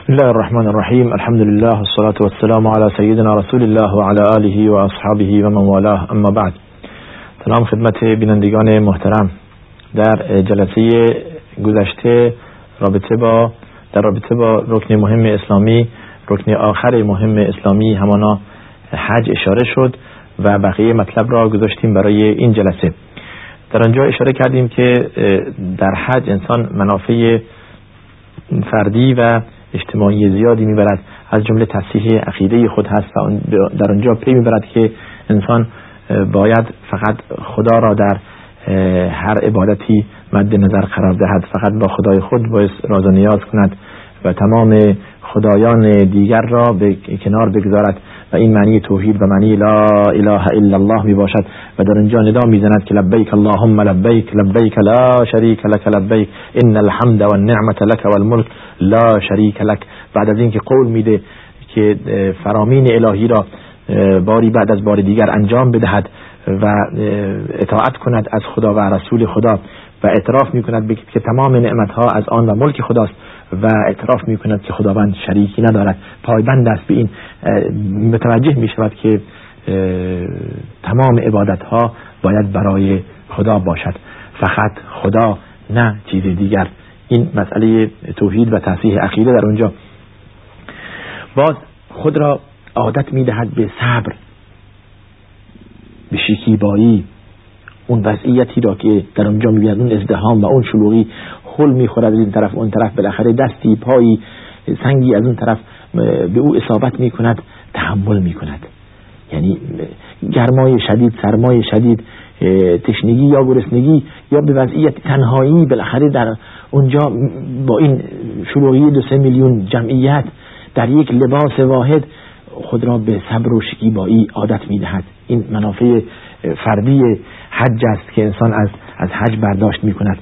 بسم الله الرحمن الرحیم. الحمد لله والصلاة والسلام على سیدنا رسول الله و علی آله و اصحابه و من والاه. اما بعد. سلام خدمت بینندگان محترم. در جلسه گذشته در رابطه با رکن مهم اسلامی، رکن آخر مهم اسلامی همانا حج اشاره شد و بقیه مطلب را گذاشتیم برای این جلسه. در آنجا اشاره کردیم که در حج انسان منافع فردی و اجتماعی زیادی میبرد، از جمله تصحیح عقیده خود هست و در آنجا پی میبرد که انسان باید فقط خدا را در هر عبادتی مد نظر قرار دهد، فقط با خدای خود باید راز و نیاز کند و تمام خدایان دیگر را به کنار بگذارد و این معنی توحید و معنی لا اله الا الله می باشد و در آنجا ندا میزند که لبیک اللهم لبیک لبیک لا شریک لک لبیک ان الحمد والنعمة لك والملک لا شریک لک. بعد از اینکه قول میده که فرامین الهی را باری بعد از بار دیگر انجام بدهد و اطاعت کند از خدا و رسول خدا و اعتراف میکند که تمام نعمتها از آن و ملک خداست و اعتراف میکند که خداوند شریکی ندارد، پایبند است به این، متوجه میشود که تمام عبادتها باید برای خدا باشد، فقط خدا نه چیز دیگر. این مسئله توحید و تصحیح عقیده در اونجا. باز خود را عادت میدهد به صبر، به شکیبایی، اون وضعیتی را که در اونجا میبیند، اون ازدحام و اون شلوغی، خل میخورد از این طرف اون طرف، بالاخره دستی پایی سنگی از اون طرف به او اصابت میکند، تحمل میکند. یعنی گرمای شدید، سرمای شدید، تشنگی یا گرسنگی یا به وضعیت تنهایی، بالاخره در اونجا با این شلوغی 2-3 میلیون جمعیت در یک لباس واحد خود را به صبر و شکیبایی عادت میدهد. این منافع فردی حج است که انسان از حج برداشت میکند.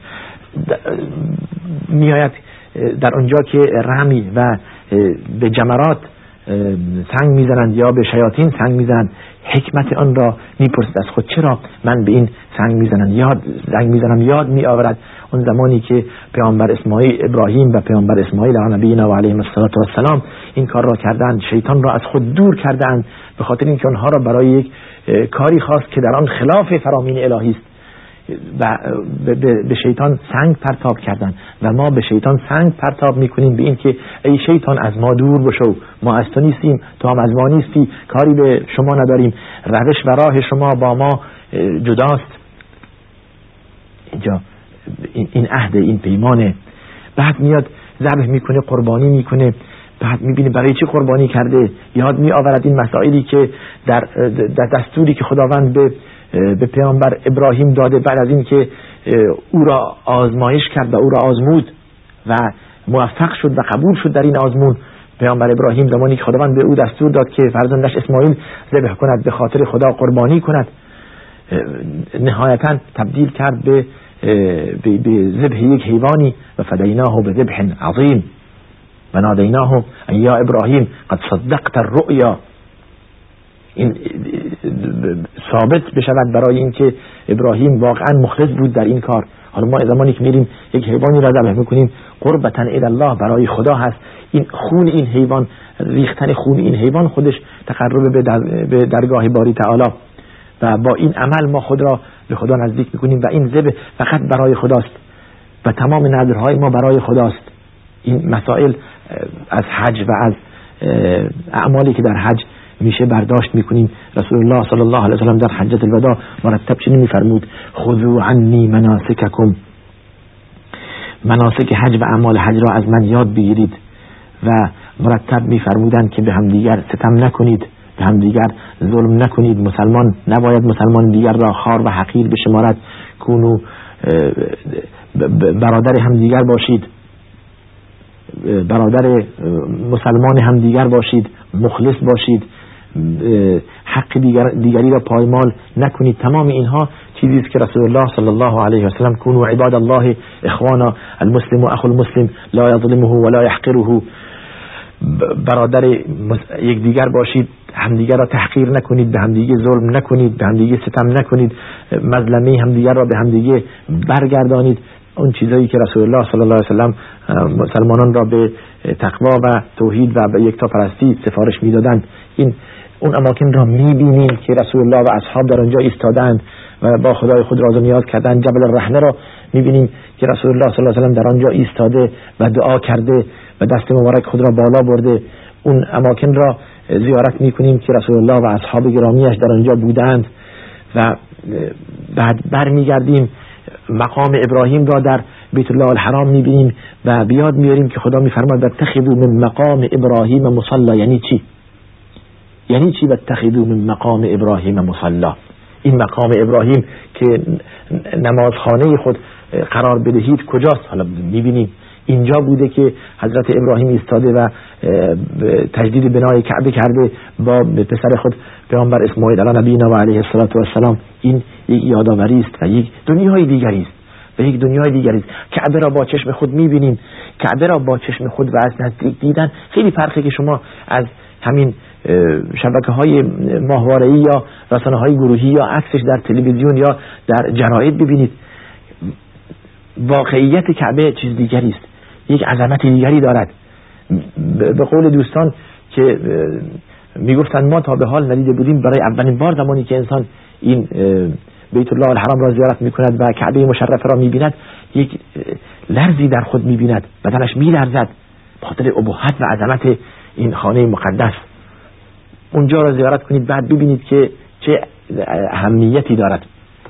میآید در اونجا که رمی و به جمرات سنگ میزنند یا به شیاطین سنگ میزنند، حکمت آن را میپرسد از خود، چرا من به این سنگ میزنم؟ یاد میآورد اون زمانی که پیامبر ابراهیم و پیامبر اسماعیل علیه نبینا و علیهم السلام این کار را کردند، شیطان را از خود دور کردند به خاطر اینکه آنها را برای یک کاری خواست که در آن خلاف فرامین الهی است و به شیطان سنگ پرتاب کردند و ما به شیطان سنگ پرتاب میکنیم به این که ای شیطان از ما دور بشو، ما از تو نیستیم، تو هم از ما نیستی، کاری به شما نداریم، روش و راه شما با ما جداست. اینجا این عهد، این پیمانه. بعد میاد ذبح میکنه، قربانی میکنه، بعد میبینه برای چه قربانی کرده، یاد میآورد این مسائلی که در دستوری که خداوند به پیامبر ابراهیم داده بعد از این که او را آزمایش کرد و او را آزمود و موفق شد و قبول شد در این آزمون. پیامبر ابراهیم زمانی که خداوند به او دستور داد که فرزندش اسماعیل ذبح کند، به خاطر خدا قربانی کند، نهایتا تبدیل کرد به ذبح یک حیوانی و فدیناه به ذبح عظیم و نادیناه یا ابراهیم قد صدقت الرؤیا. این ثابت بشود برای اینکه ابراهیم واقعا مخلص بود در این کار. حالا ما زمانی که میریم یک حیوانی را ذبح میکنیم قربتا الی الله، برای خدا هست. این خون این حیوان، ریختن خون این حیوان خودش تقرب به درگاه باری تعالی و با این عمل ما خود را به خدا نزدیک میکنیم و این ذبح فقط برای خداست و تمام نذرهای ما برای خداست. این مسائل از حج و از اعمالی که در حج میشه برداشت میکنیم. رسول الله صلی الله علیه و سلم در حجۃ الوداع مرتب چنین میفرمود: خذوا عنی مناسککم، مناسک حج و اعمال حج را از من یاد بگیرید و مرتب میفرمودند که به همدیگر ستم نکنید، به همدیگر ظلم نکنید، مسلمان نباید مسلمان دیگر را خوار و حقیر بشمارد، کونو برادر همدیگر باشید، برادر مسلمان همدیگر باشید، مخلص باشید، حق دیگری را پایمال نکنید. تمام اینها چیزی است که رسول الله صلی الله علیه و سلم کونوا عباد الله اخوانا، المسلم اخو المسلم لا یظلمه ولا یحقره، برادر یک دیگر باشید، همدیگر را تحقیر نکنید، به همدیگه ظلم نکنید، به همدیگه ستم نکنید، مظلمه همدیگر را به همدیگه برگردانید. اون چیزایی که رسول الله صلی الله علیه و سلم مسلمانان را به تقوا و توحید و به یکتاپرستی سفارش میدادند. اون اماکن را میبینیم که رسول الله و اصحاب در آنجا ایستادند و با خدای خود راز و نیاز کردند. جبل الرحمه را میبینیم که رسول الله صلی الله علیه و سلم در آنجا ایستاده و دعا کرده و دست مبارک خود را بالا برده. اون اماکن را زیارت میکنیم که رسول الله و اصحاب گرامیش در آنجا بودند و بعد برمیگردیم مقام ابراهیم را در بیت الله الحرام میبینیم و بیاد میاریم که خدا میفرماید اتخذوا من مقام ابراهیم مصلی. یعنی چی؟ یعنی چی اتخذوا من مقام ابراهیم مصلی؟ این مقام ابراهیم که نمازخانه خود قرار بدهید کجاست؟ حالا میبینیم اینجا بوده که حضرت ابراهیم ایستاده و تجدید بنای کعبه کرده با پسر خود پیامبر اسماعیل علی نبینا و علیه السلام. این یک یادآوری است و یک دنیای دیگری است و یک دنیای دیگری است. کعبه را با چشم خود میبینیم، کعبه را با چشم خود و از نزدیک دیدن خیلی فرقی که شما از همین شبکه‌های ماهواره‌ای یا رسانه‌های گروهی یا عکسش در تلویزیون یا در جراید ببینید. واقعیت کعبه چیز دیگری است، یک عظمت دیگری دارد. به قول دوستان که میگفتن ما تا به حال ندیده بودیم، برای اولین بار زمانی که انسان این بیت الله الحرام را زیارت میکند و کعبه مشرفه را میبیند یک لرزی در خود میبیند، بدنش میلرزد بخاطر ابهت و عظمت این خانه مقدس. اونجا را زیارت کنید بعد ببینید که چه اهمیتی دارد.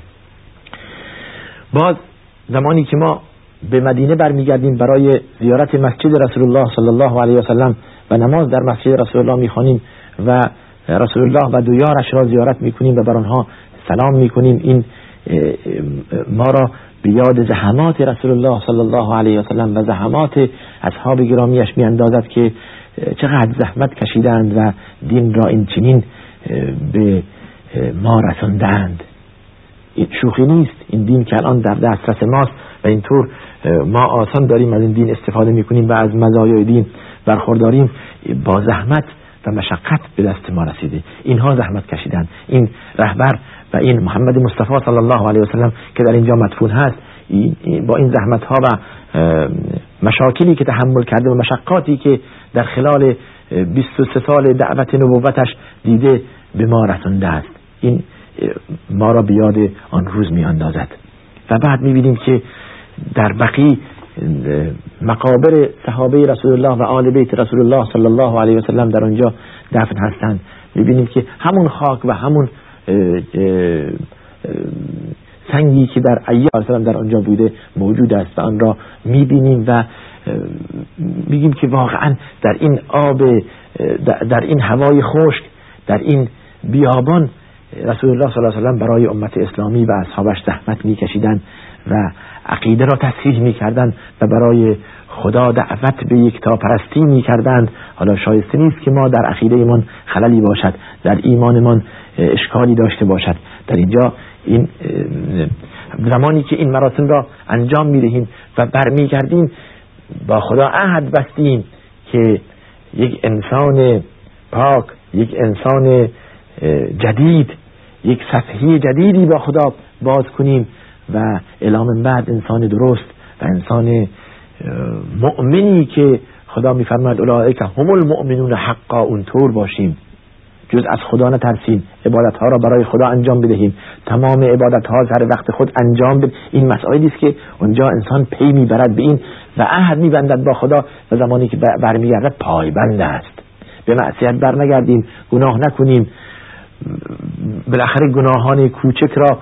باز زمانی که ما به مدینه برمیگردیم برای زیارت مسجد رسول الله صلی الله علیه و سلم و نماز در مسجد رسول الله میخوانیم و رسول الله و دو یارش را زیارت میکنیم و بر آنها سلام میکنیم، این ما را به یاد زحمات رسول الله صلی الله علیه و سلم و زحمات اصحاب گرامیش میاندازد که چقدر زحمت کشیدند و دین را این چنین به ما رساندند. این شوخی نیست. این دین که الان در دسترس ماست و اینطور ما آسان داریم از این دین استفاده میکنیم و از مزایای دین برخورداریم، با زحمت و مشقت به دست ما رسیده. اینها زحمت کشیدند. این رهبر و این محمد مصطفی صلی الله علیه و سلم که در اینجا مدفون هست با این زحمت ها و مشاکلی که تحمل کرده و مشقاتی که در خلال 23 سال دعوت نبوتش دیده به ما رسانده است. این ما را به یاد آن روز می اندازد. و بعد می بینیم که در بقیع مقابر صحابه رسول الله و آل بیت رسول الله صلی الله علیه و سلم در آنجا دفن هستند. می بینیم که همون خاک و همون سنگی که در ایام در آنجا بوده موجود است و آن را می بینیم و میگیم که واقعا در این آب، در این هوای خشک، در این بیابان رسول الله صلی الله علیه و سلم برای امت اسلامی و اصحابش زحمت میکشیدند و عقیده را تصحیح میکردند و برای خدا دعوت به یکتاپرستی میکردند. حالا شایسته نیست که ما در عقیده ایمان خللی باشد، در ایمانمان اشکالی داشته باشد. در اینجا این زمانی که این مراسم را انجام میدهیم و برمیگردیم با خدا عهد بستیم که یک انسان پاک، یک انسان جدید، یک صفحه جدیدی با خدا باز کنیم و اعلام بعد انسان درست و انسان مؤمنی که خدا میفرماید اولئک هم المؤمنون حقا، اونطور باشیم، جز از خدا نترسیم، عبادت ها را برای خدا انجام بدهیم، تمام عبادت ها در وقت خود انجام بدهیم. این مسائلی است که اونجا انسان پی میبرد به این و عهد میبندد با خدا و زمانی که برمیگردد پایبند است. به معصیت برنگردیم، گناه نکنیم، بالاخره گناهان کوچک را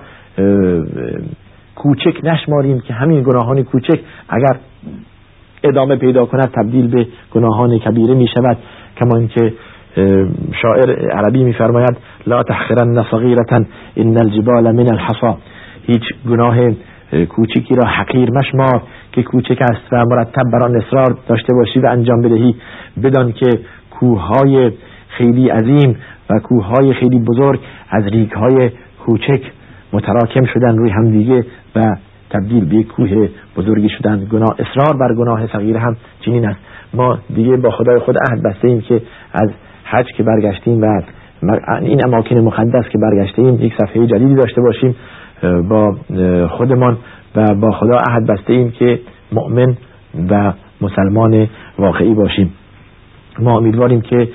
کوچک نشماریم که همین گناهان کوچک اگر ادامه پیدا کند تبدیل به گناهان کبیره می شود. کما اینکه شاعر عربی می فرماید لا تحقرن صغیرة ان الجبال من الحصا، هیچ گناه کوچکی را حقیر مشمار که کوچک است و مرتب بر آن اصرار داشته باشی و انجام بدهی، بدان که کوههای خیلی عظیم و کوههای خیلی بزرگ از ریگهای کوچک متراکم شدن روی هم دیگه و تبدیل به کوه بزرگی شدن. گناه، اصرار بر گناه صغیر هم چنین است. ما دیگه با خدای خود عهد بسته ایم که از حج که برگشتیم و این اماکن مقدس که برگشتیم یک صفحه جدیدی داشته باشیم با خودمان و با خدا عهد بسته ایم که مؤمن و مسلمان واقعی باشیم. ما امیدواریم که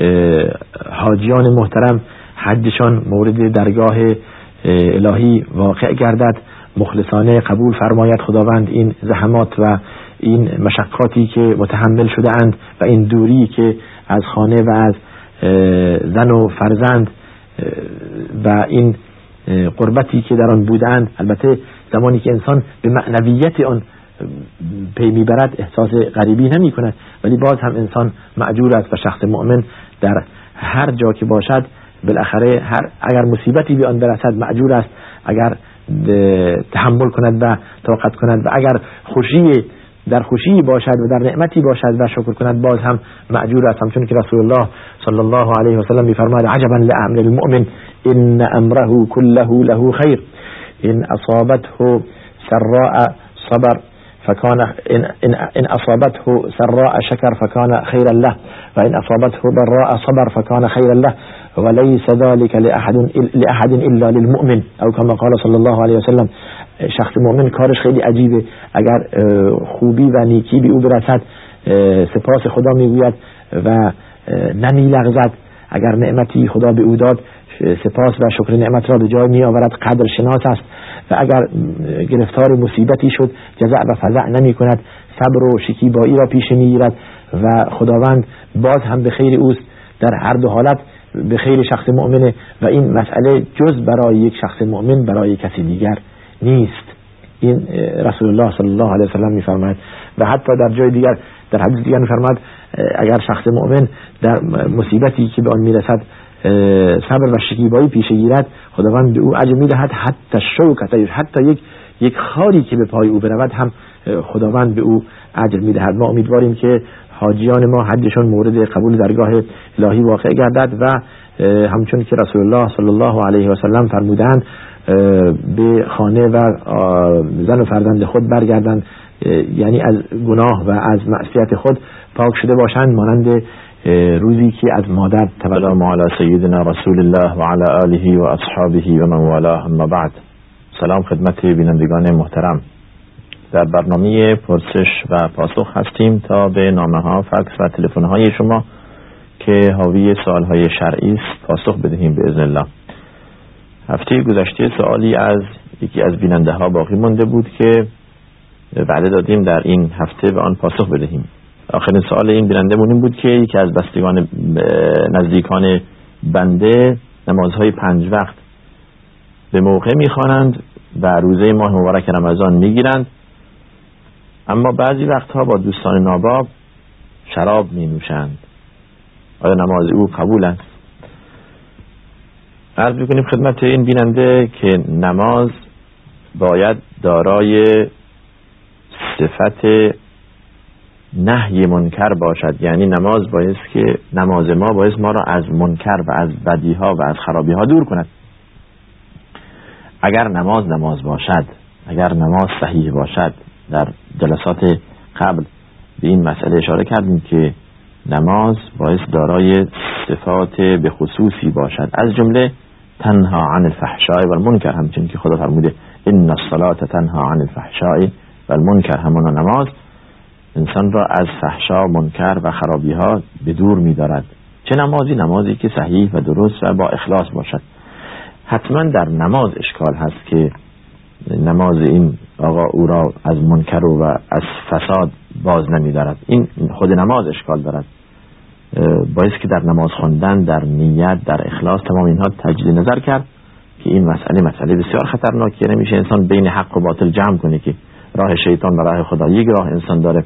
حاجیان محترم حجشان مورد درگاه الهی واقع گردد، مخلصانه قبول فرماید خداوند این زحمات و این مشقاتی که متحمل شده اند و این دوری که از خانه و از زن و فرزند و این قربتی که در آن بودند. البته زمانی که انسان به معنویت آن پی میبرد احساس غریبی نمی کند، ولی باز هم انسان معجور است و شخص مؤمن در هر جا که باشد بالاخره اگر مصیبتی به آن برسد معجور است، اگر تحمل کند و طاقت کند و اگر در خوشی باشد و در نعمتی باشد و شکر کند باز هم معجور است. همچون که رسول الله صلی الله علیه و سلم می‌فرماید عجبا لامر المؤمن ان امره كله له خیر ان اصابته سراء صبر فكان ان اصابته سراء شكر فكان خيرا له وان اصابته ضراء صبر فكان خيرا له وليس ذلك لاحد الا للمؤمن او كما قال صلی الله علیه و سلم. شخص مؤمن کارش خیلی عجیبه، اگر خوبی و نیکی به او برسد سپاس خدا میگوید و نمیلغزد، اگر نعمتی خدا به او داد سپاس و شکر نعمت را به جای می آورد، قدر شناس است و اگر گرفتار مصیبتی شد جزع و فزع نمی کند، صبر و شکیبایی را پیش می گیرد و خداوند باز هم به خیر اوست. در هر دو حالت به خیر شخص مؤمنه و این مسئله جز برای یک شخص مؤمن برای کسی دیگر نیست. این رسول الله صلی الله علیه و سلم می‌فرماید و حتی در جای دیگر در حدیث دیگر می‌فرماید اگر شخص مؤمن در مصیبتی که به آن میرسد صبر و شکیبایی پیش گیرد خداوند به او اجر می‌دهد، حتی شوکت، حتی یک خاری که به پای او برود هم خداوند به او اجر می‌دهد. ما امیدواریم که حاجیان ما حجشون مورد قبول درگاه الهی واقع گردد و همچون که رسول الله صلی الله علیه و سلم فرمودند به خانه و زن و فرزند خود برگردند، یعنی از گناه و از معصیت خود پاک شده باشند، مانند روزی که از مادر تولد. علی سیدنا رسول الله و علی آله و اصحابه و من والاه، اما بعد. سلام خدمت بینندگان محترم. در برنامه پرسش و پاسخ هستیم تا به نامه‌ها، فکس و تلفن‌های شما که حاوی سوال‌های شرعی است پاسخ بدهیم باذن الله. هفته گذشته سوالی از یکی از بیننده ها باقی مانده بود که وعده دادیم در این هفته به آن پاسخ بدهیم. آخرین سوال این بیننده مون این بود که یکی از بستگان نزدیکان بنده نمازهای 5 وقت به موقع میخوانند و روزه ماه مبارک رمضان میگیرند، اما بعضی وقتها با دوستان ناباب شراب می نوشند. آیا نماز او قبول است؟ عرض میکنیم خدمت این بیننده که نماز باید دارای صفت نهی منکر باشد، یعنی نماز ما باید ما را از منکر و از بدیها و از خرابیها دور کند. اگر نماز باشد، اگر نماز صحیح باشد، در جلسات قبل به این مسئله اشاره کردیم که نماز باید دارای صفات به خصوصی باشد، از جمله تنها عن الفحشاء و المنکر، همچنین که خدا فرموده ان الصلاة تنها عن الفحشاء و المنکر، همانا نماز انسان را از فحشا، منکر و خرابی ها به دور می دارد. چه نمازی؟ نمازی که صحیح و درست و با اخلاص باشد. حتما در نماز اشکال هست که نماز این آقا او را از منکر و از فساد باز نمی دارد. این خود نماز اشکال دارد. باید که در نماز خواندن، در نیت، در اخلاص، تمام اینها تجدید نظر کرد که این مسئله بسیار خطرناکیه. نمیشه انسان بین حق و باطل جمع کنه که راه شیطان و راه خدا یک راه انسان داره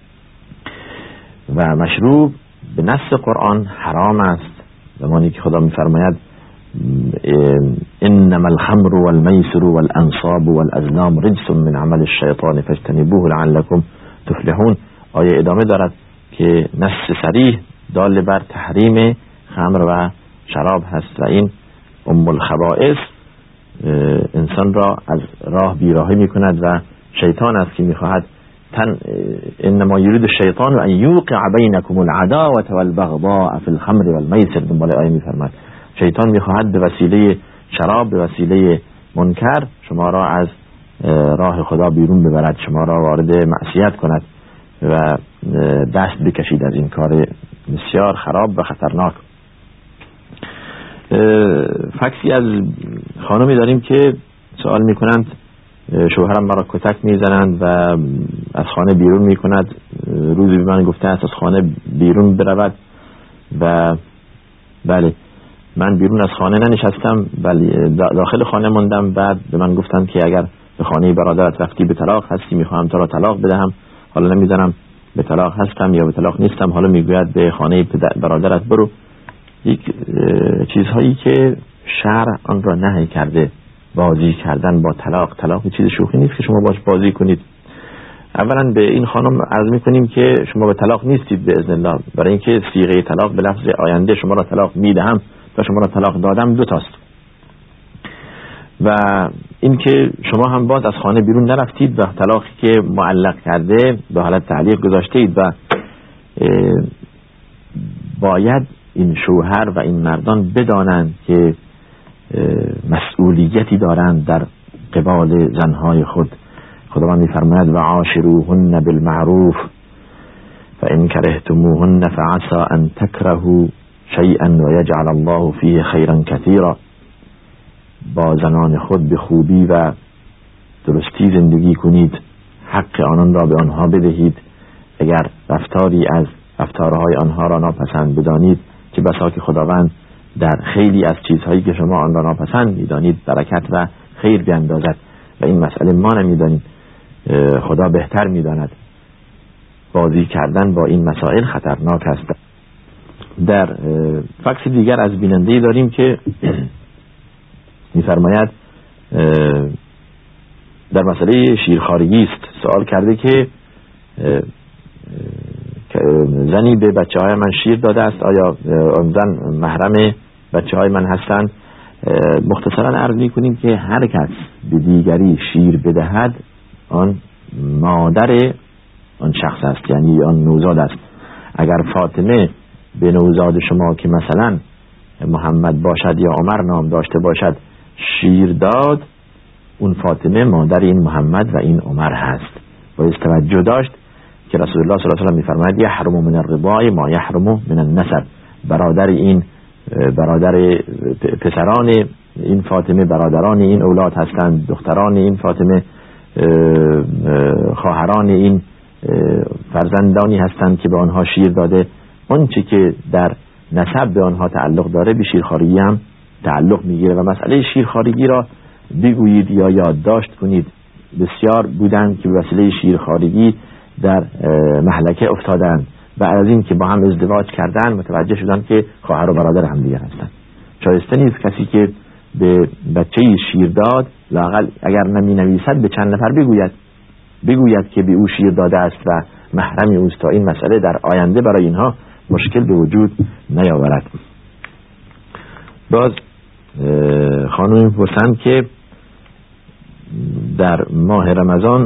و مشروب به نص قرآن حرام است. زمانی که خدا میفرماید انما الخمر والميسر والانصاب والازلام رجس من عمل الشیطان فاجتنبوه لعلكم تفلحون، آیه ادامه دارد که نص صریح دال بر تحریم خمر و شراب هست و این ام الخبائث انسان را از راه بیراهی میکند و شیطان است که میخواهد انما یرید الشیطان ان یوقع بینکم العداوة والبغضاء فی الخمر والمیسر، دنبال آیه میفرماید شیطان میخواهد به وسیله شراب، به وسیله منکر شما را از راه خدا بیرون ببرد، شما را وارد معصیت کند. و دست بکشید از این کار بسیار خراب و خطرناک. فکسی از خانمی داریم که سوال میکنند شوهرم مرا کتک میزنند و از خانه بیرون میکند، روزی به من گفته است از خانه بیرون برود و بله من بیرون از خانه ننشستم ولی داخل خانه موندم. بعد به من گفتند که اگر به خانه برادرت رفتی به طلاق هستی، میخواهم تو را طلاق بدهم، حالا نمیدانم به طلاق هستم یا به طلاق نیستم. حالا میگوید به خانه برادرت برو. یک چیزهایی که شرع آن را نهی کرده. بازی کردن با طلاق چیز شوخی نیست که شما باش بازی کنید. اولا به این خانم عرض میکنیم که شما به طلاق نیستید به اذن الله، برای اینکه صیغه طلاق به لفظ آینده شما را طلاق میدهم و شما را طلاق دادم دو تاست. و اینکه شما هم باز از خانه بیرون نرفتید و طلاقی که معلق کرده به حالت تعلیق گذاشته اید و باید این شوهر و این مردان بدانند که مسئولیتی دارند در قبال زنهای خود. خداوند می‌فرماید و عاشروهن بالمعروف فإن كرهتموهن فعسى أن تكرهوا شيئا ويجعل الله فيه خيرا كثيرا. با زنان خود به خوبی و درستی زندگی کنید، حق آنان را به آنها بدهید. اگر رفتاری از رفتارهای آنها را ناپسند بدانید که بسا که خداوند در خیلی از چیزهایی که شما آن را ناپسند می‌دانید برکت و خیر بیندازد و این مسئله ما نمی‌دانیم، خدا بهتر می‌داند. بازی کردن با این مسائل خطرناک است. در فکس دیگر از بیننده‌ای داریم که می‌فرماید در مسئله شیرخوارگی است. سوال کرده که زنی به بچه‌های من شیر داده است، آیا آن زن محرم بچه‌های من هستند؟ مختصراً عرض می‌کنیم که هر کس به دیگری شیر بدهد آن مادر آن شخص است، یعنی آن نوزاد است. اگر فاطمه به نوزاد شما که مثلا محمد باشد یا عمر نام داشته باشد شیر داد، اون فاطمه مادر این محمد و این عمر هست. باید توجه داشت که رسول الله صلی الله علیه و آله می‌فرماید یحرم من الرضاع ما یحرم من النسب. برادر پسران این فاطمه برادران این اولاد هستند، دختران این فاطمه خواهران این فرزندانی هستند که به آنها شیر داده. اون چی که در نسب به آنها تعلق داره به شیرخوارگی هم تعلق میگیره و مسئله شیرخوارگی را بگویید یا یادداشت کنید. بسیار بودند که به وسیله شیرخوارگی در مهلکه افتادند و از این که با هم ازدواج کردن متوجه شدن که خواهر و برادر هم دیگر هستند. شایسته نیست کسی که به بچه‌ای شیر داد لااقل اگر نمی نویسد به چند نفر بگوید که به او شیر داده است و محرم اوست تا این مسئله در آینده برای اینها مشکل به وجود نیاورد. باز خانم می‌پرسند که در ماه رمضان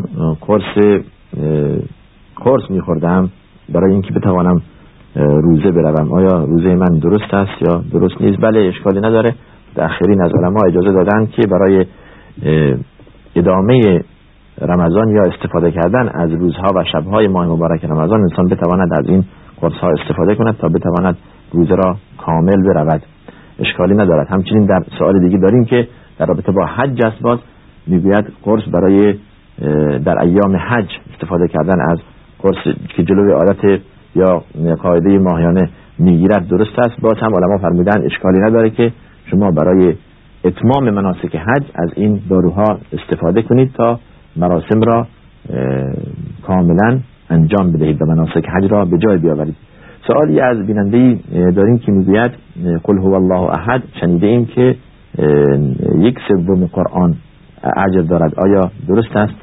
قرص می‌خوردم برای اینکه بتوانم روزه بروم، آیا روزه من درست است یا درست نیست؟ بله، اشکالی نداره. متأخرین از علما اجازه دادن که برای ادامه رمضان یا استفاده کردن از روزها و شبهای ماه مبارک رمضان انسان بتواند از این قرص‌ها استفاده کند تا بتواند روزه را کامل برود. اشکالی ندارد. همچنین در سوال دیگه داریم که در رابطه با حج است، باز میگوید قرص برای در ایام حج استفاده کردن از قرص که جلوی عادت یا قاعده ماهیانه میگیرد درست است. باز هم علما فرمودن اشکالی نداره که شما برای اتمام مناسک حج از این داروها استفاده کنید تا مراسم را کاملا انجام بدهید و مناسک حج را به جای بیاورید. سوالی از بیننده‌ای داریم که میگوید قل هو الله احد شنیده ایم که 1/3 قرآن اجر دارد، آیا درست است؟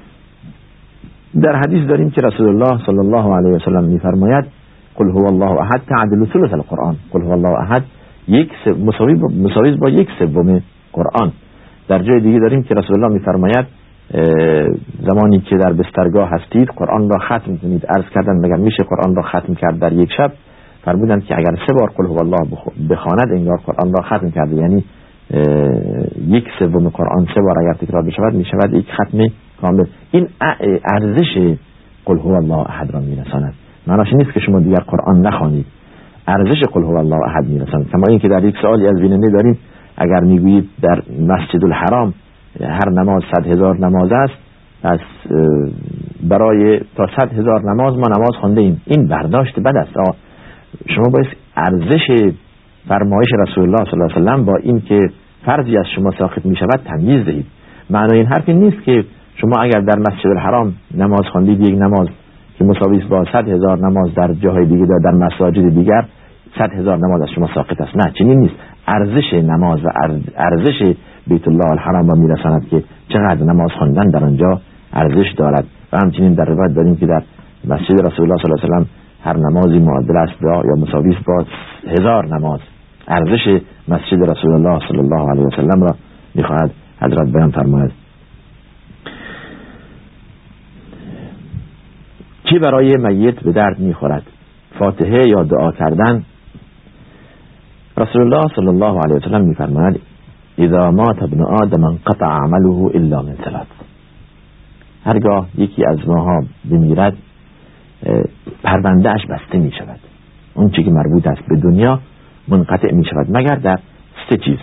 در حدیث داریم که رسول الله صلی الله علیه و سلم میفرماید قل هو الله احد تعدل ثلث القرآن. قل هو الله احد مساوی با 1/3 قرآن. در جای دیگه داریم که رسول الله میفرماید زمانی که در بسترگاه هستید قرآن را ختم کنید. عرض کردن مگر میشه قرآن را ختم کرد در یک شب؟ فرمودند که اگر 3 بار قل هو الله بخواند انگار قرآن را ختم کرده، یعنی 1/3 قرآن 3 بار اگر تکرار بشود میشود یک ختم کامل. این ارزش قل هو الله احد را میرساند. معناش نیست که شما دیگر قرآن نخوانید، ارزش قل هو الله احد میرساند. کما اینکه در یک سوالی از بیننده داریم اگر میگویید در مسجد الحرام هر نماز 100,000 نماز است، پس برای تا 100,000 نماز ما نماز خوانده ایم، این برداشت بد است. شما باید ارزش فرمایش رسول الله صلی الله علیه و سلم با این که فرضی از شما ساقط می شود تمییز دهید. معنای این حرف نیست که شما اگر در مسجد الحرام نماز خواندید، یک نماز که مساوی است با 100,000 نماز در جاهای دیگه در مساجد دیگر، 100,000 نماز از شما ساقط است. نه، چنین نیست. ارزش نماز و ارزش بیت الله الحرام را میرساند که چقدر نماز خواندن در آنجا ارزش دارد. و همچنین در روایت داریم که در مسجد رسول الله صلی الله علیه و سلم هر نمازی معادل است با یا مساوی است با 1000 نماز. ارزش مسجد رسول الله صلی الله علیه و سلم را میخواهد حضرت بیان فرماید. چی برای میت به درد میخورد؟ فاتحه یا دعا کردن؟ رسول الله صلی الله علیه و سلم میفرماید اذا مات ابن آدم انقطع عمله الا من ثلاث. هرگاه یکی از ماها بمیرد پرونده اش بسته می شود، اون چیزی که مربوط است به دنیا منقطع می شود مگر در 3 چیز: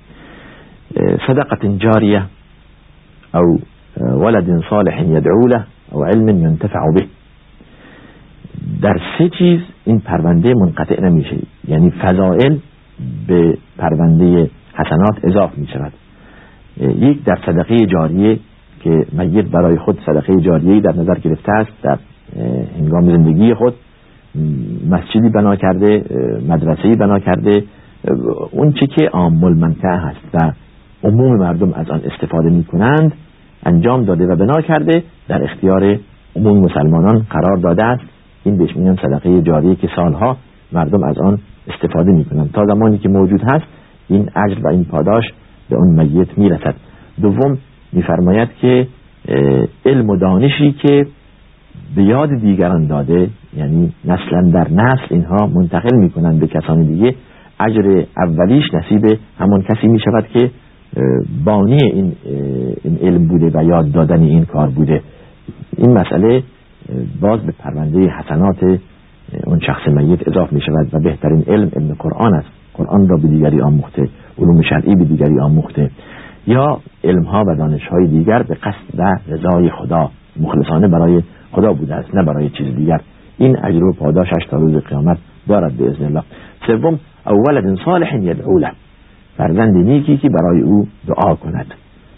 صدقه جاریه او ولد صالح یدعو له او علم ينتفع به. در 3 چیز این پرونده منقطع نمیشه، یعنی فضائل به پرونده حسنات اضافه می شود. یک در صدقه جاریه که میت برای خود صدقه جاریه در نظر گرفته است، در هنگام زندگی خود مسجدی بنا کرده، مدرسه‌ای بنا کرده، اون چی که عام المنفعه هست و عموم مردم از آن استفاده می کنند انجام داده و بنا کرده، در اختیار عموم مسلمانان قرار داده است. این بهش میگن صدقه جاریه که سالها مردم از آن استفاده می کنند. تا زمانی که موجود هست این اجر و این پاداش به اون میت میرسد. دوم میفرماید که علم و دانشی که به یاد دیگران داده، یعنی نسلا در نسل اینها منتقل میکنند به کسان دیگه، اجر اولیش نصیب همون کسی میشود که بانی این علم بوده و یاد دادن این کار بوده. این مسئله باز به پرونده حسنات اون شخص میت اضافه می شود و بهترین علم قرآن است. قرآن را به دیگری آموخته، علوم شرعی به دیگری آموخته، یا علمها و دانشهای دیگر به قصد و رضای خدا، مخلصانه برای خدا بوده است نه برای چیز دیگر. این اجر و پاداشش تا روز قیامت دارد باذن الله. سوم ولد صالح یدعو له، فرزند نیکی که برای او دعا کند.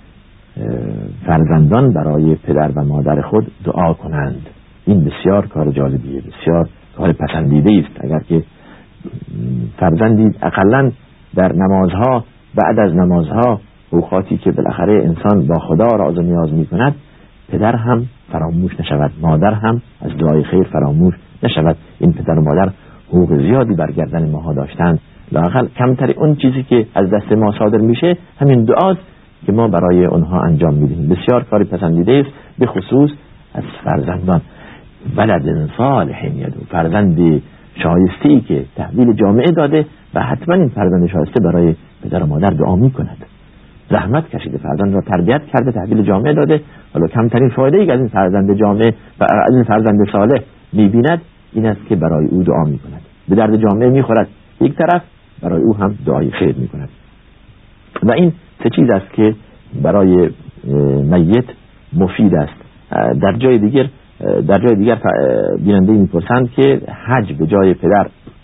فرزندان برای پدر و مادر خود دعا کنند. این بسیار کار جالبیه، بسیار کار پسندیده است. اگر که فرزندی اقلا در نمازها، بعد از نمازها، اوقاتی که بالاخره انسان با خدا راز و نیاز می کند، پدر هم فراموش نشود، مادر هم از دعای خیر فراموش نشود. این پدر و مادر حقوق زیادی بر گردن ماها داشتند. لااقل کمتر اون چیزی که از دست ما صادر میشه همین دعاست که ما برای اونها انجام میدیم. بسیار کاری پسندیده است، به خصوص از فرزندان. ولد صالح یدعو، فرزند شایسته‌ای که تحویل جامعه داده و حتما این فرزند شایسته برای پدر و مادر دعا میکند. زحمت کشیده، فرزند را تربیت کرده، تحویل جامعه داده. حالا کمترین فایده‌ای که از این فرزند جامعه و از این فرزند صالح می‌بیند این است که برای او دعا می‌کند، به درد جامعه می‌خورد، یک طرف برای او هم دعای خیر می‌کند. و این 3 چیز است که برای میت مفید است. در جای دیگر بیننده می‌پرسند که حج به جای پدر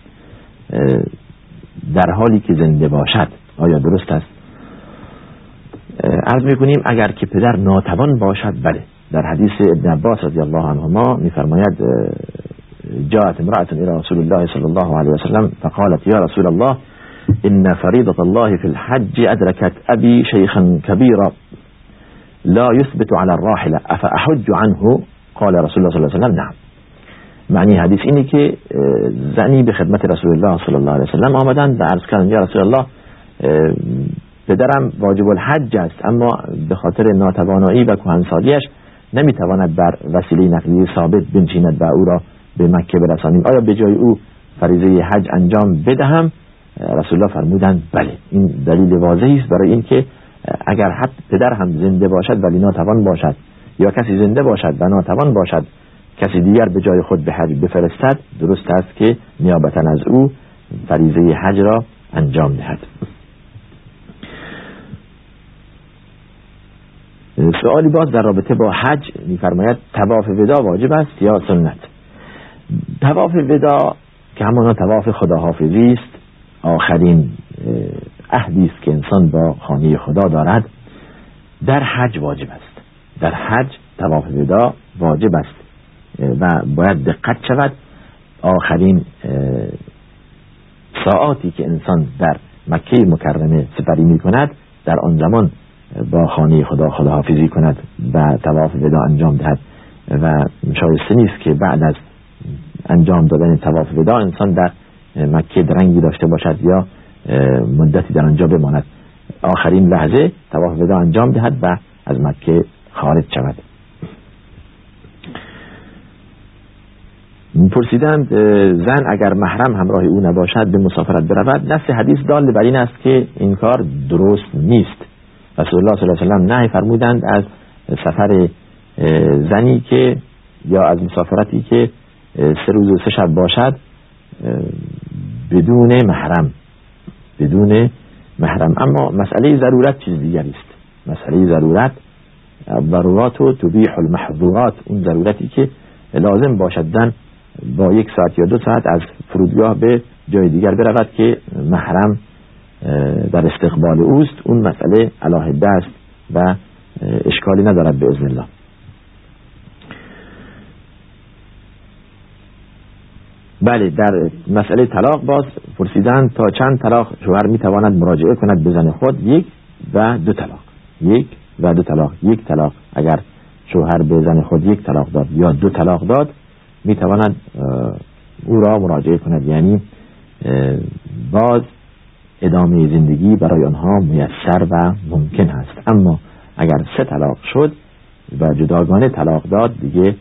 در حالی که زنده باشد آیا درست است؟ عرض میکنیم اگر که پدر ناتوان باشد بله. در حدیث ابن عباس رضی الله عنهما میفرماید جاءت امرأة الى رسول الله صلی الله علیه وسلم فقالت یا رسول الله ان فريضة الله في الحج ادركت ابي شيخا كبيرا لا يثبت على الراحلة افاحج عنه؟ قال رسول الله صلی الله علیه وسلم نعم. معنی حدیث اینه که زنی به خدمت رسول الله صلی الله علیه وسلم آمدند و عرض کردند یا رسول الله پدرم واجب الحج است اما به خاطر ناتوانایی و کهنسالیش نمیتواند بر وسیله نقلیه ثابت بنشیند و او را به مکه برسانیم، آیا به جای او فریضه حج انجام بدهم؟ رسول الله فرمودند بله. این دلیل واضحی است برای اینکه اگر حتی پدر هم زنده باشد ولی ناتوان باشد، یا کسی زنده باشد و ناتوان باشد کسی دیگر به جای خود به حج بفرستد، درست است که نیابتا از او فریضه حج را انجام دهد. سوالی باز در رابطه با حج می‌فرماید طواف وداع واجب است یا سنت؟ طواف وداع که همانا طواف خداحافظی است، آخرین عهدی است که انسان با خانه خدا دارد، در حج واجب است. در حج طواف وداع واجب است و باید دقت شود آخرین ساعاتی که انسان در مکه مکرمه سپری می کند در آن زمان با خانه خدا خداحافظی کند و طواف وداع انجام دهد و شایسته نیست که بعد از انجام دادن طواف وداع انسان در مکه درنگی داشته باشد یا مدتی در آنجا بماند. آخرین لحظه طواف وداع انجام دهد و از مکه خارج شود. پرسیدند زن اگر محرم همراه او نباشد به مسافرت برود، نص حدیث دال بر این است که این کار درست نیست. رسول الله صلی الله علیه و سلم نهی فرمودند از سفر زنی که یا از مسافرتی که 3 روز و 3 شب باشد بدون محرم. اما مسئله ضرورت چیز دیگری است. مسئله ضرورت و تبیح المحظورات، اون ضرورتی که لازم باشدن با 1 ساعت یا 2 ساعت از فرودگاه به جای دیگر برود که محرم در استقبال اوست، اون مسئله علاهده است و اشکالی ندارد به اذن الله. بله، در مسئله طلاق باز پرسیدن تا چند طلاق شوهر میتواند مراجعه کند به زن خود؟ 1 و 2 طلاق. 1 و 2 طلاق. 1 طلاق اگر شوهر به زن خود 1 طلاق داد یا 2 طلاق داد میتواند او را مراجعه کند، یعنی باز ادامه زندگی برای آنها میسر و ممکن است. اما اگر 3 طلاق شد و جداگانه طلاق داد دیگه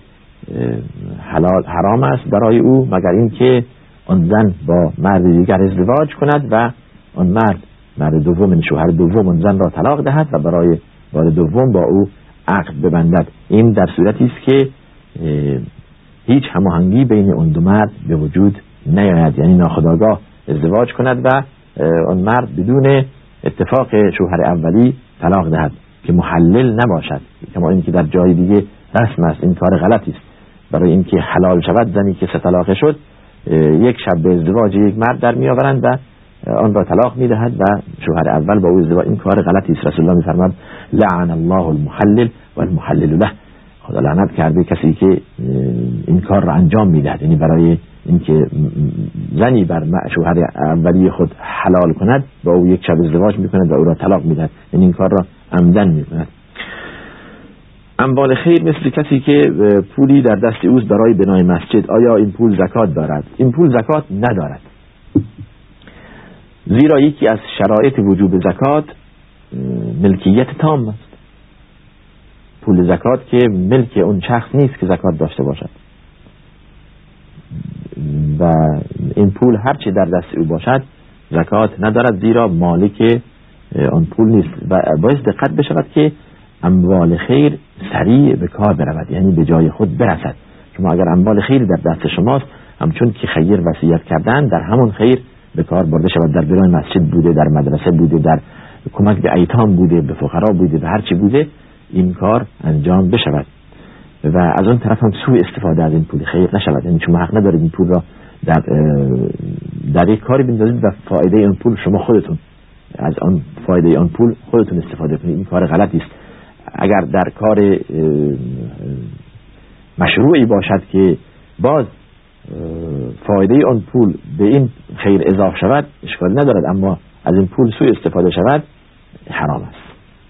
حرام است برای او مگر اینکه آن زن با مرد دیگر ازدواج کند و آن مرد دوم، شوهر دوم آن زن را طلاق دهد و برای بار دوم با او عقد ببندد. این در صورتی است که هیچ هماهنگی بین اون 2 مرد به وجود نیاید، یعنی ناخودآگاه ازدواج کند و آن مرد بدون اتفاق شوهر اولی طلاق دهد که محلل نباشد، کما اینکه در جای دیگه رسم است. این کار غلطی است. برای اینکه حلال شود زنی که 3 طلاقه شد 1 شب به ازدواج 1 مرد در میآورند و آن را طلاق میدهد و شوهر اول با او ازدواج. این کار غلطی است. رسول الله میفرماد لعن الله المحلل والمحلل له، خدا لعنت کرده کسی که این کار را انجام میدهد، یعنی برای اینکه زنی بر شوهر اولی خود حلال کند با او 1 شب ازدواج میکند و او را طلاق میدهد، یعنی این کار را عمدن میکند. اموال خیر مثل کسی که پولی در دست اوست برای بنای مسجد، آیا این پول زکات دارد؟ این پول زکات ندارد، زیرا یکی از شرایط وجوب زکات ملکیت تام است. پول زکات که ملک اون شخص نیست که زکات داشته باشد و این پول هرچی در دست او باشد زکات ندارد، زیرا مالک آن پول نیست. و باید دقت بشود که اموال خیر سریع به کار برود، یعنی به جای خود برسد. شما اگر اموال خیر در دست شماست، همچون که خیر وصیت کردن در همون خیر به کار برده شود، در بنای مسجد بوده، در مدرسه بوده، در کمک به ایتام بوده، به فقرا بوده، به هر چی بوده این کار انجام بشود و از اون طرف هم سوء استفاده از این پول خیر نشود. یعنی شما حق ندارید این پول را در یک کاری بندازید و فایده این پول شما خودتون از آن فایده آن پول خودتون استفاده کنید. این کار غلطی است. اگر در کار مشروعی باشد که باز فایده آن پول به این خیر اضافه شود اشکال ندارد، اما از این پول سوء استفاده شود حرام است.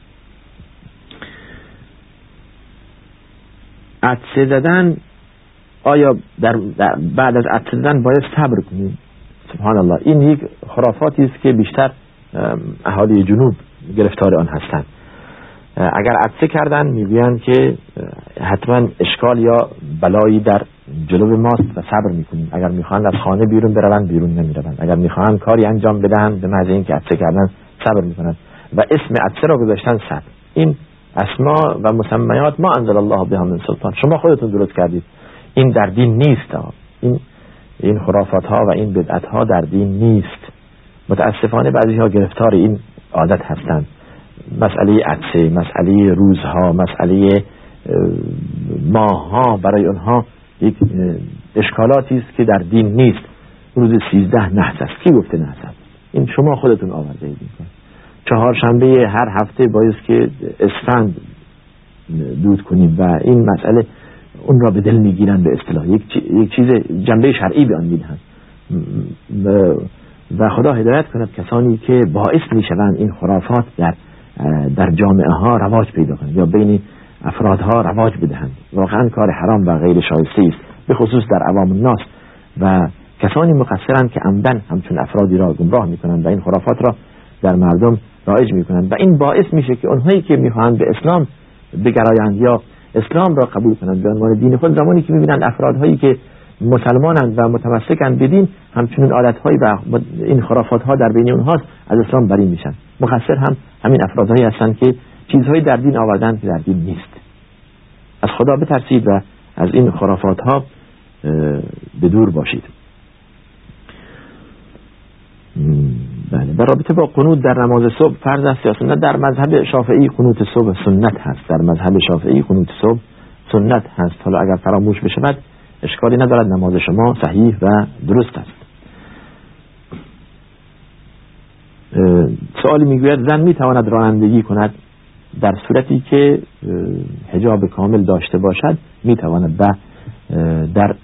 عطسه زدن، آیا بعد از عطسه زدن باید صبر کنیم؟ سبحان الله، این یک خرافاتی است که بیشتر اهالی جنوب گرفتار آن هستند. اگر عطسه کردن میگویند که حتما اشکال یا بلایی در جلو ماست و صبر میکنیم. اگر میخواهند از خانه بیرون بروند بیرون نمیروند، اگر میخواهند کاری انجام بدهند به محض اینکه عطسه کردن صبر میکنند و اسم عطسه را گذاشتن صبر. این اسما و مسمیات ما انزل الله بها من سلطان، شما خودتون درست کردید. این در دین نیست. این خرافات ها و این بدعت ها در دین نیست. متاسفانه بعضی ها گرفتار این عادت هستند. مسئله عطسه، مسئله روزها، مسئله ماهها برای اونها یک اشکالاتی است که در دین نیست. روز 13 نحس است. کی گفته نحس است؟ این شما خودتون آورده اید. چهارشنبه هر هفته باید که اسفند دود کنیم و این مسئله اون را به دل میگیرن، به اصطلاح یک چیز جنبه شرعی به آن میدهند و خدا هدایت کند کسانی که باعث میشوند این خرافات در جامعه ها رواج پیدا کنند یا بین افرادها رواج بدهند. واقعا کار حرام و غیر شایسته است، به خصوص در عوام الناس، و کسانی مقصرند که عمدن همچون افرادی را گمراه میکنند و این خرافات را در مردم رایج میکنند و این باعث میشه که اونهایی که میخواهند به اسلام بگرایند یا اسلام را قبول کنند به عنوان دین خود، زمانی که میبینند افرادهایی که مسلمانند و متمسکند به دین همچنین عادتهایی و این خرافاتها در بین اونهاست، از اسلام بری میشن. مقصر هم همین افرادهایی هستند که چیزهایی در دین آوردند که در دین نیست. از خدا بترسید و از این خرافاتها به دور باشید. بله، در رابطه با قنوت در نماز صبح فرض است یا سنت؟ در مذهب شافعی قنوت صبح سنت هست. در مذهب شافعی قنوت صبح سنت هست. حالا اگر فراموش بشود اشکالی ندارد، نماز شما صحیح و درست است. سوالی میگوید زن میتواند رانندگی کند؟ در صورتی که حجاب کامل داشته باشد میتواند و در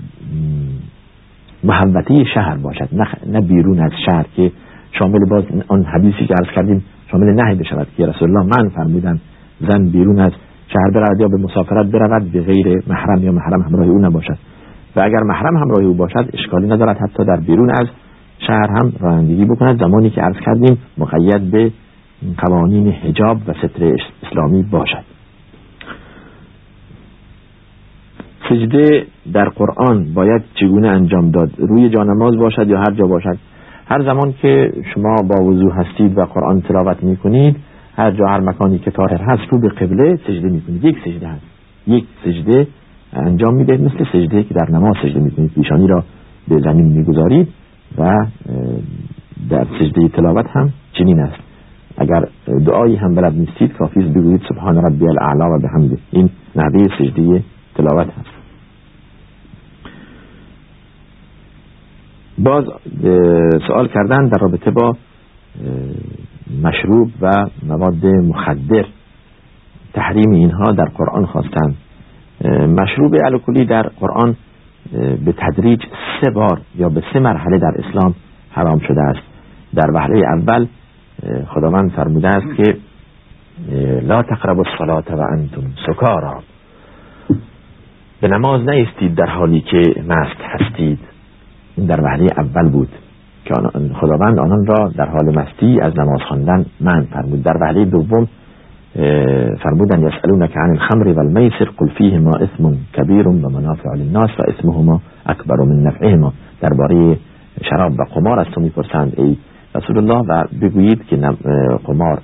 محوطه شهر باشد، نه بیرون از شهر، که شامل باز آن حدیثی که عرض کردیم شامل نهی بشود که رسول الله من فرمودن زن بیرون از شهر برود یا به مسافرت برود به غیر محرم یا محرم همراه او نباشد، و اگر محرم همراه او باشد اشکالی ندارد حتی در بیرون از شهر هم رانندگی بکند، زمانی که عرض کردیم مقید به قوانین حجاب و ستر اسلامی باشد. سجده در قرآن باید چگونه انجام داد؟ روی جانماز باشد یا هر جا باشد؟ هر زمان که شما با وضو هستید و قرآن تلاوت میکنید، هر جا هر مکانی که طاهر هست رو به قبله سجده میکنید. یک سجده هست، یک سجده انجام میدهید، مثل سجده که در نماز سجده میکنید، پیشانی را به زمین میگذارید و در سجده تلاوت هم چنین است. اگر دعایی هم بلد نیستید کافی است بگویید سبحان ربی الاعلی و بحمده. این نحوه سجده تلاوت هست. باز سوال کردن در رابطه با مشروب و مواد مخدر، تحریم اینها در قرآن خواستن. مشروب الکلی در قرآن به تدریج 3 بار یا به 3 مرحله در اسلام حرام شده است. در وهله اول خداوند فرموده است که لا تقربوا الصلاة و انتم سکارا، به نماز نایستید در حالی که مست هستید. این در وهله اول بود که خداوند آنان را در حال مستی از نماز خواندن منع فرمود. در وهله دوم فرمودن یسألونک عن الخمر والمیسر قل فیهما اثم کبیر و منافع للناس و اثمهما اکبر من نفعهما. درباره شراب و قمار از تو میپرسند ای رسول الله و بگویید که قمار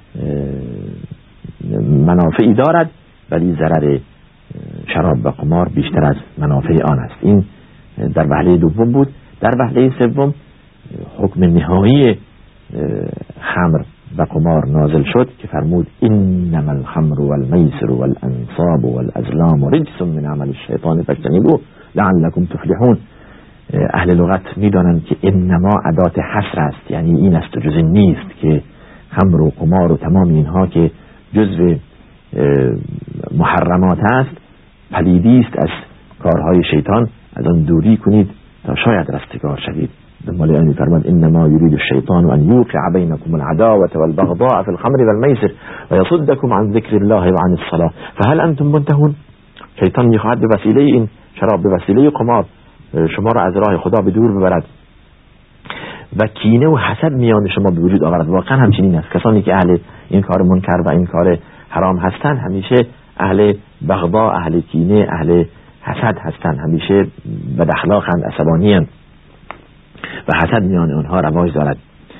منافعی دارد ولی ضرر شراب و قمار بیشتر از منافع آن است. این در وهله دوم بود. در وهله سوم حکم نهایی خمر و قمار نازل شد که فرمود انما الخمر والمیسر والانصاب والازلام رجس من عمل الشیطان فاجتنبوه لعلکم تفلحون. اهل لغت میدانند که انما ادات حصر است، یعنی این است و جز این نیست، که خمر و قمار و تمام اینها که جزو محرمات است پلیدی است از کارهای شیطان، از آن دوری کنید تا شاید رستگار شوید. دنبال آن فرمود انما یرید الشیطان ان یوقع بینکم العداوة والبغضاء فی الخمر والمیسر و یصدکم عن ذکر الله و عن الصلاة فهل انتم منتهون. شیطان میخواهد به وسیله این شراب، به وسیله قمار شما را از راه خدا به دور ببرد و کینه و حسد میان شما به وجود آورد. واقعا همچنین است. کسانی که اهل این کار منکر و این کار حرام هستند همیشه اهل بغضا، اهل کینه، اهل حسد هستند، همیشه بد اخلاقند، عصبانی‌اند و حسد میان آنها رواج دارد.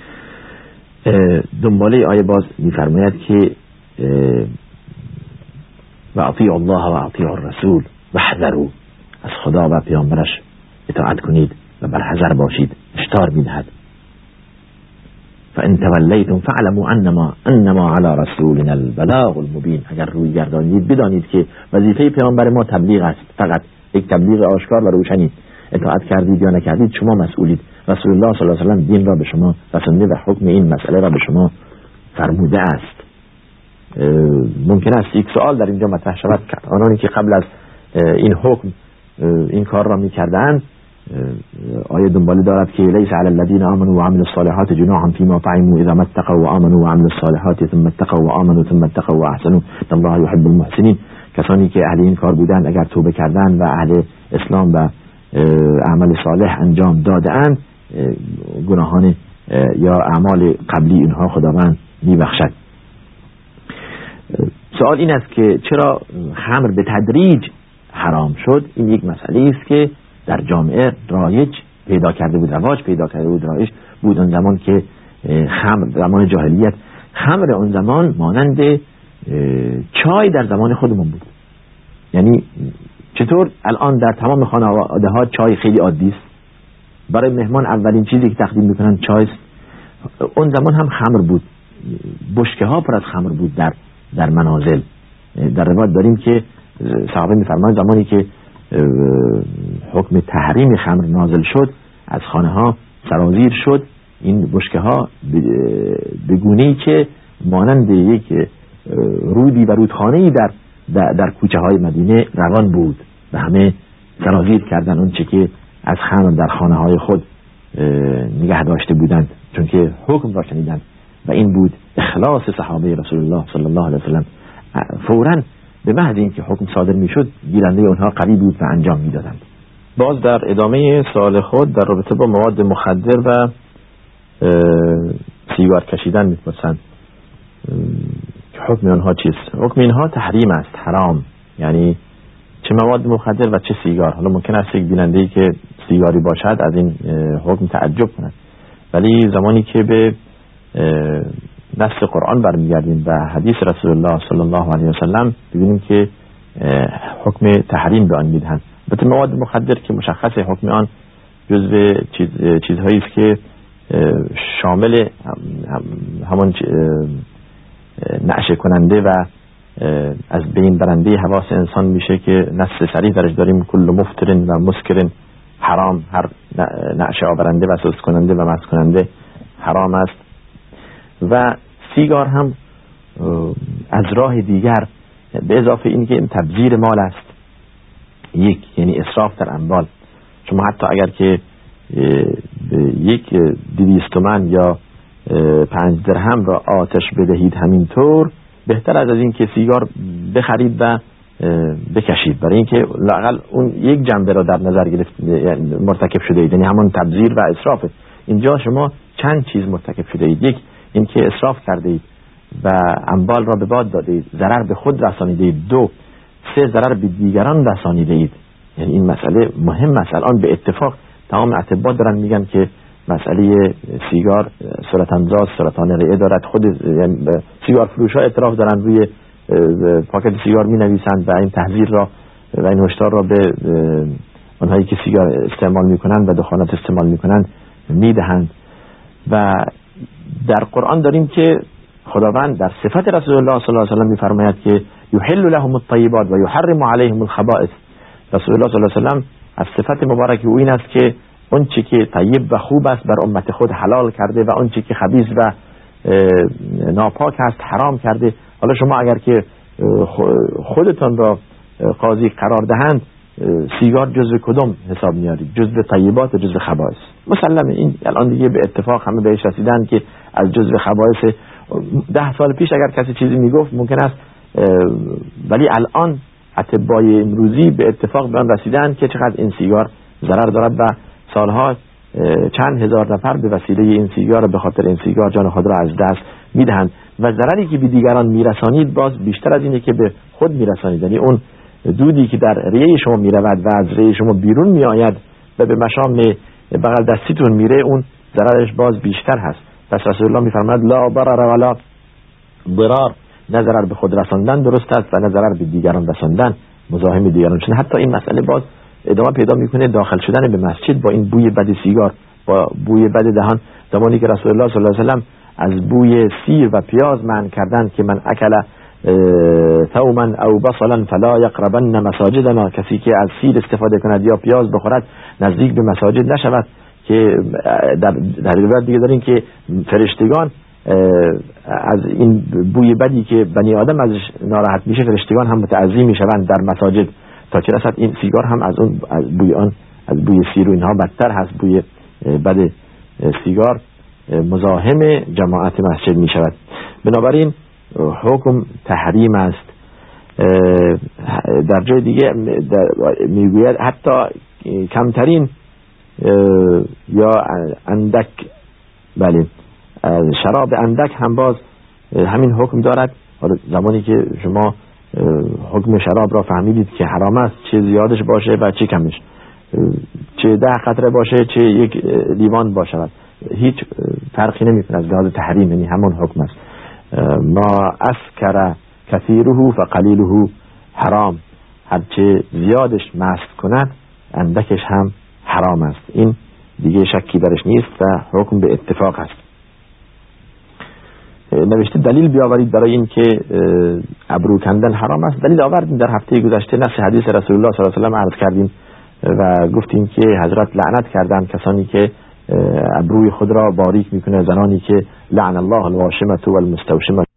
دنباله آیه باز می‌فرماید که و اطیعوا الله و اطیعوا الرسول واحذروا از خدا و پیامبرش اطاعت کنید و بر حذر باشید هشدار می‌دهد. فان تولیتم فاعلموا انما علی رسولنا البلاغ المبین. اگر روی گردانید بدانید که وظیفه پیامبر ما تبلیغ است، فقط یک تبلیغ آشکار و روشنی. اطاعت کردید یا نکردید شما مسئولید. رسول الله صلی الله علیه و سلم دین را به شما رسانده و حکم این مسئله را به شما فرموده است. ممکن است یک سوال در اینجا مطرح شود که آنانی که قبل از این حکم این کار را می‌کردند، آیه دنباله دارد که لیس علی الذین آمنوا و عملوا الصالحات جناح فیما طعموا اذا ما اتقوا و آمنوا و عملوا الصالحات ثم اتقوا و آمنوا ثم اتقوا و احسنوا ان الله یحب المحسنین. کسانی که اهل این کار بودند اگر توبه کردند و اهل اسلام و اعمال صالح انجام دادند، گناهان یا اعمال قبلی اینها خداوند میبخشد. سوال این است که چرا خمر به تدریج حرام شد؟ این یک مسئله است که در جامعه رایج پیدا کرده بود، رواج پیدا کرده بود، رایج بود. اون زمان که خمر، زمان جاهلیت، خمر اون زمان مانند چای در زمان خودمون بود. یعنی چطور الان در تمام خانواده ها چای خیلی عادی است، برای مهمان اولین چیزی که تقدیم میکنن چای است. اون زمان هم خمر بود، بشکه ها پر از خمر بود در منازل. در روایت داریم که صحابه میفرمایند زمانی که حکم تحریم خمر نازل شد، از خانه ها سرازیر شد این بشکه ها به گونه‌ای که مانند یک رودی و رودخانه‌ای در کوچه های مدینه روان بود و همه سرازیر کردن اون چه که از خمر در خانه های خود نگه داشته بودند، چون که حکم را شنیدند. و این بود اخلاص صحابه رسول الله صلی الله علیه وسلم. فوراً به محض اینکه حکم صادر میشد گیرنده اونها قوی بود و انجام میدادند. باز در ادامه سوال خود در رابطه با مواد مخدر و سیگار کشیدن میپرسند حکم آنها چیست؟ حکم اینها تحریم است، حرام. یعنی چه مواد مخدر و چه سیگار. حالا ممکن است یک بیننده‌ای که سیگاری باشد از این حکم تعجب کند، ولی زمانی که به نص قرآن برمیگردیم و حدیث رسول الله صلی الله علیه و سلم ببینیم که حکم تحریم به آن میدهند. البته مواد مخدر که مشخص حکم آن جزو چیزهایی است که شامل همان نعشه کننده و از بین برنده حواس انسان میشه که نص صریح درش داریم کل مفتر و مسکر حرام. هر نعشه آورنده و سست کننده و مست کننده حرام است. و سیگار هم از راه دیگر به اضافه این که تبذیر مال است، یعنی اسراف در اموال. شما حتی اگر که یک 200 تومان یا 5 درهم را آتش بدهید همینطور، بهتر از این که سیگار بخرید و بکشید، برای اینکه لااقل اون یک جنبه را در نظر گرفت یعنی مرتکب شده اید، یعنی همون تبذیر و اسراف. اینجا شما چند چیز مرتکب شده اید: یک، این که اسراف کرده اید و اموال را به باد داده اید، ضرر به خود رسانیده اید. 2، 3 ضرر به دیگران رسانیده اید. یعنی این مسئله مهم است. الان به اتفاق تمام اطباء دارن میگن که مسئله سیگار سرطانزاست، سرطان ریه دارد. خود یعنی سیگار فروش‌ها اعتراف دارن، روی پاکت سیگار می‌نویسند و این تحذیر را و این هشدار را به اونهایی که سیگار استعمال می‌کنند و دخانات استعمال می‌کنند میدهند. و در قرآن داریم که خداوند در صفت رسول الله صلی الله علیه و سلم می‌فرماید که یحل لهم الطیبات و یحرم علیهم الخبائث. رسول الله صلی الله علیه و سلم از صفت مبارک او این است که اون چی که طیب و خوب است بر امت خود حلال کرده و اون چی که خبیث و ناپاک است حرام کرده. حالا شما اگر که خودتان را قاضی قرار دهند، سیگار جزو کدوم حساب میارید؟ جزو طیبات و جزو خبائث؟ مسلمه این الان دیگه به اتفاق همه بهش رسیدن که از جزو خبائث. 10 سال پیش اگر کسی چیزی میگفت ممکن است، ولی الان اطبای امروزی به اتفاق به آن رسیدن که چقدر این سیگار ضرر دارد و سالها چند هزار نفر به وسیله این سیگار به خاطر این سیگار جان خود را از دست میدهند و ضرری که به دیگران میرسانید باز بیشتر از اینه که به خود میرسانید. یعنی اون دودی که در ریه شما میرود و از ریه شما بیرون میآید و به مشام بغل دستیتون میره، اون ضررش باز بیشتر هست. پس رسول الله میفرماید لا ضرر ولا ضرار، نه ضرر به خود رساندن درست است و نه ضرر به دیگران رساندن مزاحم دیگران. چون حتی این مسئله باز ادامه پیدا میکنه داخل شدن به مسجد با این بوی بد سیگار، با بوی بد دهان. زمانی که رسول الله صلی الله علیه و سلم از بوی سیر و پیاز منع کردند که من اکل ثوما او بصلا فلا یقربن مساجدنا، کسی که از سیر استفاده کند یا پیاز بخورد نزدیک به مساجد نشود. که در روایت دیگه داریم که فرشتگان از این بوی بدی که بنی آدم ازش ناراحت میشه، فرشتگان هم متعظی میشوند در مساجد، تا چه رسد این سیگار هم از اون از بوی سیر و اینها بدتر هست. بوی بد سیگار مزاحم جماعت مسجد میشود. بنابراین حکم تحریم است. در جای دیگه میگوید حتی کمترین یا اندک، بله شراب اندک هم باز همین حکم دارد. زمانی که شما حکم شراب را فهمیدید که حرام است، چه زیادش باشه و چه کمش، چه 10 قطره باشه چه 1 لیوان باشه، هیچ فرقی نمیکنه از لحاظ تحریم، یعنی همون حکم است. ما اسکر کثیره فقلیله حرام، هرچه زیادش مست کند اندکش هم حرام است. این دیگه شکی درش نیست و حکم به اتفاق است. نوشته دلیل بیاورید برای این که ابرو کندن حرام است. دلیل آوردیم در هفته گذشته، نص حدیث رسول الله صلی الله علیه و آله عرض کردیم و گفتیم که حضرت لعنت کردند کسانی که ابروی خود را باریک میکنه، زنانی که لعن الله الواشمه والمستوشمه